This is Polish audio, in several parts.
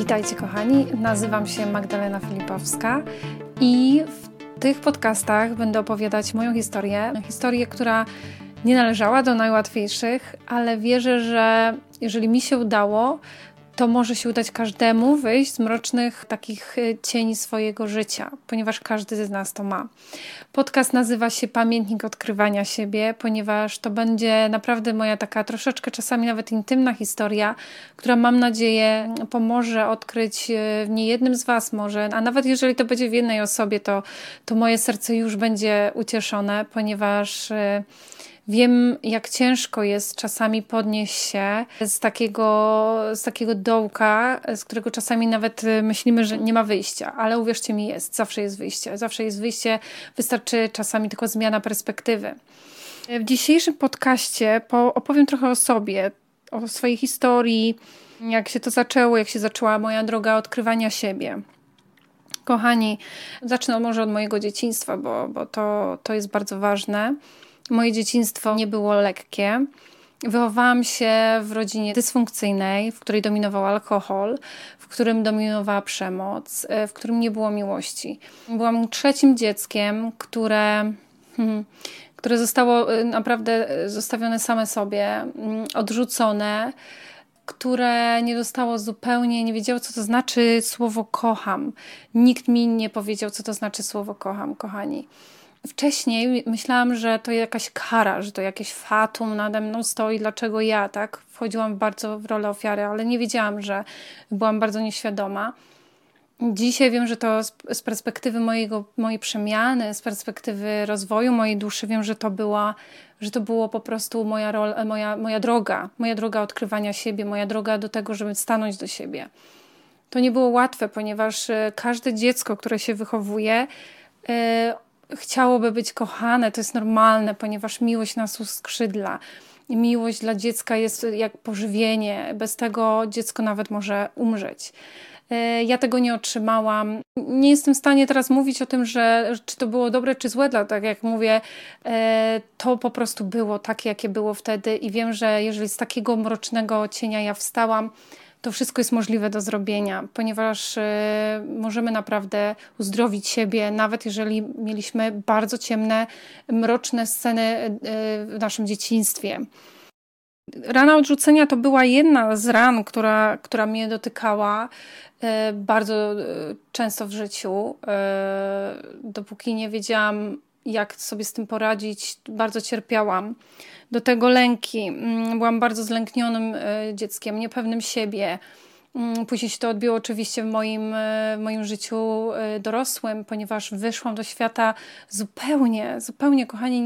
Witajcie kochani, nazywam się Magdalena Filipowska i w tych podcastach będę opowiadać moją historię, która nie należała do najłatwiejszych, ale wierzę, że jeżeli mi się udało, to może się udać każdemu wyjść z mrocznych takich cieni swojego życia, ponieważ każdy z nas to ma. Podcast nazywa się Pamiętnik odkrywania siebie, ponieważ to będzie naprawdę moja taka troszeczkę czasami nawet intymna historia, która mam nadzieję pomoże odkryć w niejednym z Was może, a nawet jeżeli to będzie w jednej osobie, to moje serce już będzie ucieszone, ponieważ wiem, jak ciężko jest czasami podnieść się z takiego dołka, z którego czasami nawet myślimy, że nie ma wyjścia, ale uwierzcie mi, zawsze jest wyjście, wystarczy czasami tylko zmiana perspektywy. W dzisiejszym podcaście opowiem trochę o sobie, o swojej historii, jak się to zaczęło, jak się zaczęła moja droga odkrywania siebie. Kochani, zacznę może od mojego dzieciństwa, bo to jest bardzo ważne. Moje dzieciństwo nie było lekkie. Wychowałam się w rodzinie dysfunkcyjnej, w której dominował alkohol, w którym dominowała przemoc, w którym nie było miłości. Byłam trzecim dzieckiem, które zostało naprawdę zostawione same sobie, odrzucone, które nie dostało zupełnie, nie wiedziało, co to znaczy słowo kocham. Nikt mi nie powiedział, co to znaczy słowo kocham, kochani. Wcześniej myślałam, że to jakaś kara, że to jakieś fatum nade mną stoi, dlaczego ja, tak? Wchodziłam bardzo w rolę ofiary, ale nie wiedziałam, że byłam bardzo nieświadoma. Dzisiaj wiem, że to z perspektywy mojej przemiany, z perspektywy rozwoju mojej duszy, wiem, że to było po prostu moja droga odkrywania siebie, moja droga do tego, żeby stanąć do siebie. To nie było łatwe, ponieważ każde dziecko, które się wychowuje, chciałoby być kochane, to jest normalne, ponieważ miłość nas uskrzydla. I miłość dla dziecka jest jak pożywienie. Bez tego dziecko nawet może umrzeć. Ja tego nie otrzymałam. Nie jestem w stanie teraz mówić o tym, czy to było dobre, czy złe, tak jak mówię, to po prostu było takie, jakie było wtedy i wiem, że jeżeli z takiego mrocznego cienia ja wstałam, to wszystko jest możliwe do zrobienia, ponieważ możemy naprawdę uzdrowić siebie, nawet jeżeli mieliśmy bardzo ciemne, mroczne sceny w naszym dzieciństwie. Rana odrzucenia to była jedna z ran, która mnie dotykała bardzo często w życiu. Dopóki nie wiedziałam, jak sobie z tym poradzić, bardzo cierpiałam. Do tego lęki. Byłam bardzo zlęknionym dzieckiem, niepewnym siebie. Później się to odbiło oczywiście w moim życiu dorosłym, ponieważ wyszłam do świata zupełnie, kochani,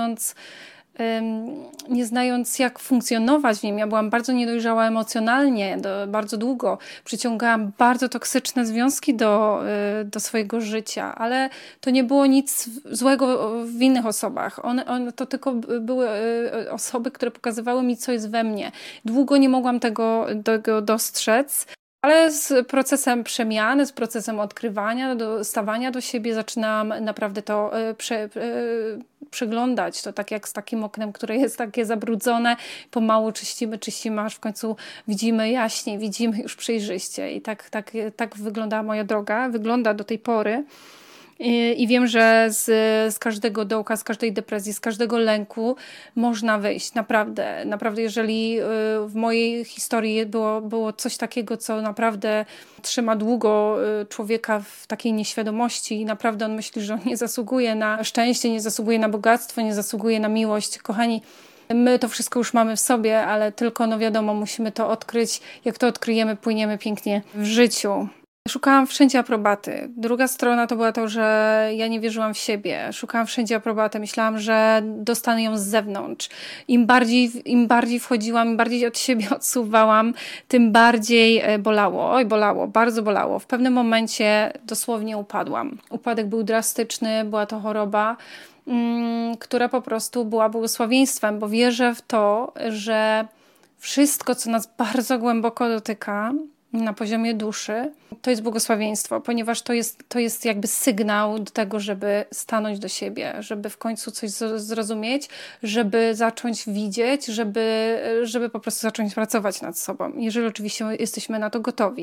nie znając jak funkcjonować w nim. Ja byłam bardzo niedojrzała emocjonalnie, bardzo długo. Przyciągałam bardzo toksyczne związki do swojego życia, ale to nie było nic złego w innych osobach. One to tylko były osoby, które pokazywały mi, co jest we mnie. Długo nie mogłam tego dostrzec. Ale z procesem przemiany, z procesem odkrywania, stawania do siebie zaczynałam naprawdę to przeglądać. To tak jak z takim oknem, które jest takie zabrudzone. Pomału czyścimy, aż w końcu widzimy jaśniej, widzimy już przejrzyście. I tak wyglądała moja droga, wygląda do tej pory. I wiem, że z każdego dołka, z każdej depresji, z każdego lęku można wyjść. Naprawdę, jeżeli w mojej historii było coś takiego, co naprawdę trzyma długo człowieka w takiej nieświadomości i naprawdę on myśli, że on nie zasługuje na szczęście, nie zasługuje na bogactwo, nie zasługuje na miłość. Kochani, my to wszystko już mamy w sobie, ale tylko, wiadomo, musimy to odkryć. Jak to odkryjemy, płyniemy pięknie w życiu. Szukałam wszędzie aprobaty. Druga strona to była to, że ja nie wierzyłam w siebie. Szukałam wszędzie aprobaty. Myślałam, że dostanę ją z zewnątrz. Im bardziej wchodziłam, im bardziej od siebie odsuwałam, tym bardziej bolało. Oj, bolało, bardzo bolało. W pewnym momencie dosłownie upadłam. Upadek był drastyczny, była to choroba, która po prostu była błogosławieństwem, bo wierzę w to, że wszystko, co nas bardzo głęboko dotyka, na poziomie duszy, to jest błogosławieństwo, ponieważ to jest jakby sygnał do tego, żeby stanąć do siebie, żeby w końcu coś zrozumieć, żeby zacząć widzieć, żeby po prostu zacząć pracować nad sobą, jeżeli oczywiście jesteśmy na to gotowi.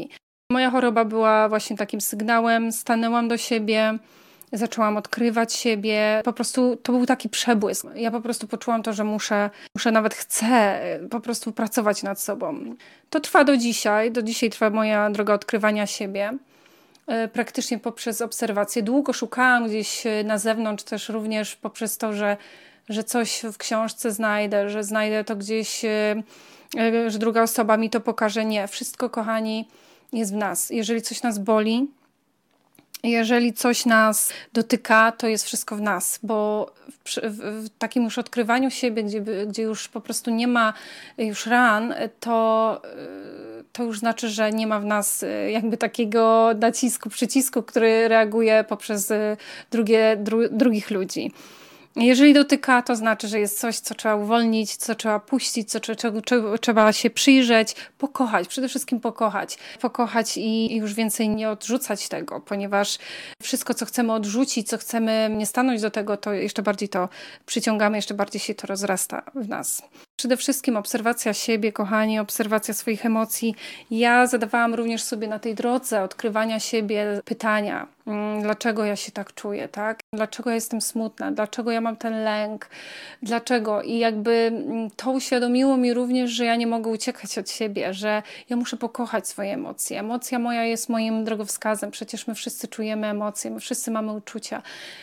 Moja choroba była właśnie takim sygnałem, stanęłam do siebie, zaczęłam odkrywać siebie. Po prostu to był taki przebłysk. Ja po prostu poczułam to, że muszę, nawet chcę po prostu pracować nad sobą. To trwa do dzisiaj. Do dzisiaj trwa moja droga odkrywania siebie. Praktycznie poprzez obserwację. Długo szukałam gdzieś na zewnątrz, też również poprzez to, że coś w książce znajdę, że znajdę to gdzieś, że druga osoba mi to pokaże. Nie. Wszystko, kochani, jest w nas. Jeżeli coś nas boli, jeżeli coś nas dotyka, to jest wszystko w nas, bo w takim już odkrywaniu siebie, gdzie już po prostu nie ma już ran, to już znaczy, że nie ma w nas jakby takiego przycisku, który reaguje poprzez drugich ludzi. Jeżeli dotyka, to znaczy, że jest coś, co trzeba uwolnić, co trzeba puścić, czego trzeba się przyjrzeć, pokochać, przede wszystkim pokochać i już więcej nie odrzucać tego, ponieważ wszystko, co chcemy odrzucić, co chcemy nie stanąć do tego, to jeszcze bardziej to przyciągamy, jeszcze bardziej się to rozrasta w nas. Przede wszystkim obserwacja siebie, kochani, obserwacja swoich emocji. Ja zadawałam również sobie na tej drodze odkrywania siebie pytania. Dlaczego ja się tak czuję, tak? Dlaczego ja jestem smutna? Dlaczego ja mam ten lęk? Dlaczego? I jakby to uświadomiło mi również, że ja nie mogę uciekać od siebie, że ja muszę pokochać swoje emocje. Emocja moja jest moim drogowskazem. Przecież my wszyscy czujemy emocje, my wszyscy mamy uczucia.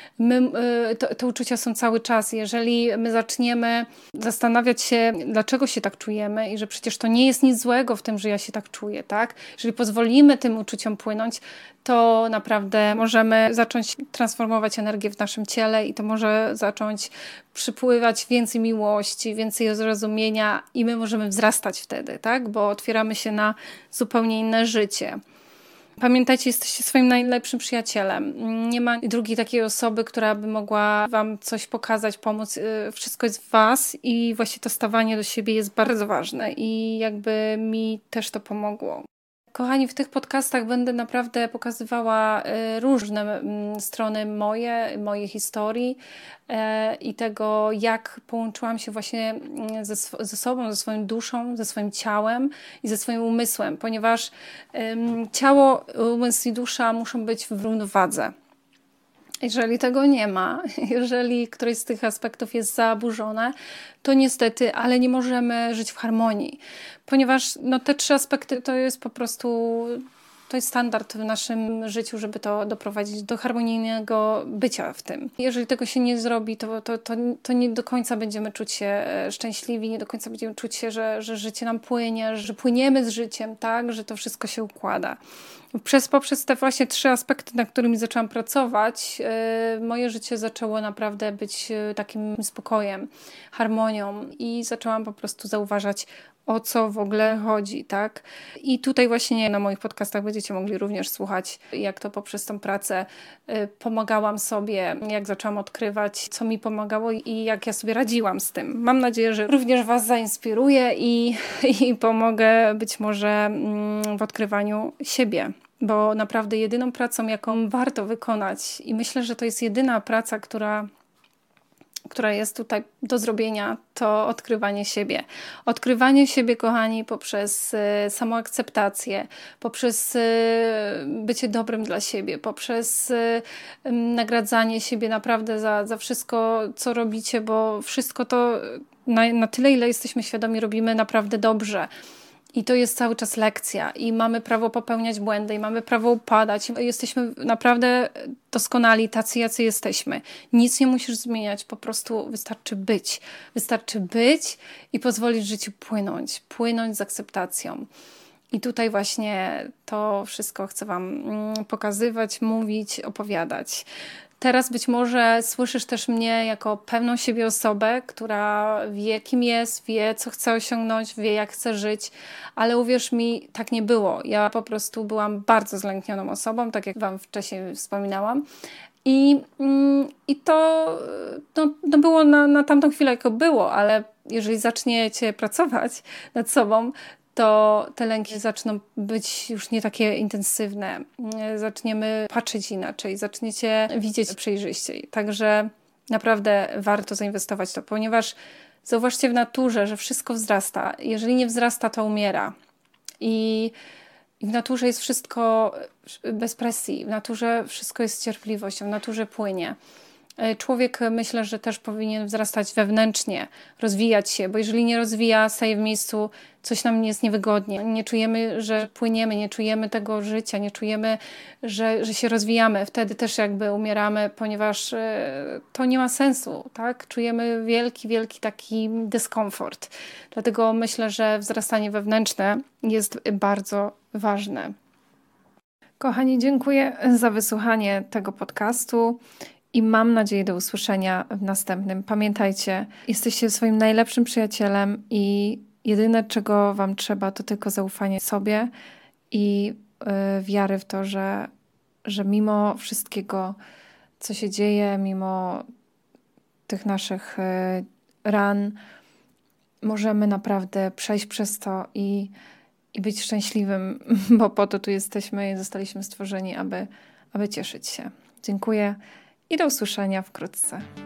Te uczucia są cały czas. Jeżeli my zaczniemy zastanawiać się, dlaczego się tak czujemy i że przecież to nie jest nic złego w tym, że ja się tak czuję, tak? Jeżeli pozwolimy tym uczuciom płynąć, to naprawdę możemy zacząć transformować energię w naszym ciele i to może zacząć przypływać więcej miłości, więcej zrozumienia i my możemy wzrastać wtedy, tak? Bo otwieramy się na zupełnie inne życie. Pamiętajcie, jesteście swoim najlepszym przyjacielem. Nie ma drugiej takiej osoby, która by mogła wam coś pokazać, pomóc. Wszystko jest w was i właśnie to stawanie do siebie jest bardzo ważne i jakby mi też to pomogło. Kochani, w tych podcastach będę naprawdę pokazywała różne strony mojej historii i tego, jak połączyłam się właśnie ze sobą, ze swoją duszą, ze swoim ciałem i ze swoim umysłem, ponieważ ciało, umysł i dusza muszą być w równowadze. Jeżeli tego nie ma, jeżeli któreś z tych aspektów jest zaburzone, to niestety, ale nie możemy żyć w harmonii, ponieważ te 3 aspekty to jest po prostu, to jest standard w naszym życiu, żeby to doprowadzić do harmonijnego bycia w tym. Jeżeli tego się nie zrobi, to nie do końca będziemy czuć się szczęśliwi, nie do końca będziemy czuć się, że życie nam płynie, że płyniemy z życiem, tak, że to wszystko się układa. Poprzez te właśnie 3 aspekty, nad którymi zaczęłam pracować, moje życie zaczęło naprawdę być takim spokojem, harmonią i zaczęłam po prostu zauważać, o co w ogóle chodzi, tak? I tutaj właśnie na moich podcastach będziecie mogli również słuchać, jak to poprzez tą pracę pomagałam sobie, jak zaczęłam odkrywać, co mi pomagało i jak ja sobie radziłam z tym. Mam nadzieję, że również was zainspiruję i pomogę być może w odkrywaniu siebie. Bo naprawdę jedyną pracą, jaką warto wykonać i myślę, że to jest jedyna praca, która jest tutaj do zrobienia, to odkrywanie siebie. Odkrywanie siebie, kochani, poprzez samoakceptację, poprzez bycie dobrym dla siebie, poprzez nagradzanie siebie naprawdę za wszystko, co robicie, bo wszystko to na tyle, ile jesteśmy świadomi, robimy naprawdę dobrze. I to jest cały czas lekcja i mamy prawo popełniać błędy i mamy prawo upadać. Jesteśmy naprawdę doskonali, tacy jacy jesteśmy. Nic nie musisz zmieniać, po prostu wystarczy być. Wystarczy być i pozwolić życiu płynąć z akceptacją. I tutaj właśnie to wszystko chcę wam pokazywać, mówić, opowiadać. Teraz być może słyszysz też mnie jako pewną siebie osobę, która wie, kim jest, wie, co chce osiągnąć, wie, jak chce żyć, ale uwierz mi, tak nie było. Ja po prostu byłam bardzo zlęknioną osobą, tak jak wam wcześniej wspominałam. I to było na tamtą chwilę, jako było, ale jeżeli zaczniecie pracować nad sobą, to te lęki zaczną być już nie takie intensywne. Zaczniemy patrzeć inaczej, zaczniecie widzieć przejrzyściej. Także naprawdę warto zainwestować w to, ponieważ zauważcie w naturze, że wszystko wzrasta. Jeżeli nie wzrasta, to umiera. I I w naturze jest wszystko bez presji, w naturze wszystko jest z cierpliwością, w naturze płynie. Człowiek, myślę, że też powinien wzrastać wewnętrznie, rozwijać się, bo jeżeli nie rozwija, staje w miejscu, coś nam jest niewygodnie. Nie czujemy, że płyniemy, nie czujemy tego życia, nie czujemy, że się rozwijamy. Wtedy też jakby umieramy, ponieważ to nie ma sensu, tak? Czujemy wielki, wielki taki dyskomfort. Dlatego myślę, że wzrastanie wewnętrzne jest bardzo ważne. Kochani, dziękuję za wysłuchanie tego podcastu. I mam nadzieję do usłyszenia w następnym. Pamiętajcie, jesteście swoim najlepszym przyjacielem i jedyne, czego wam trzeba, to tylko zaufanie sobie i wiary w to, że mimo wszystkiego, co się dzieje, mimo tych naszych ran, możemy naprawdę przejść przez to i być szczęśliwym, bo po to tu jesteśmy i zostaliśmy stworzeni, aby cieszyć się. Dziękuję. I do usłyszenia wkrótce.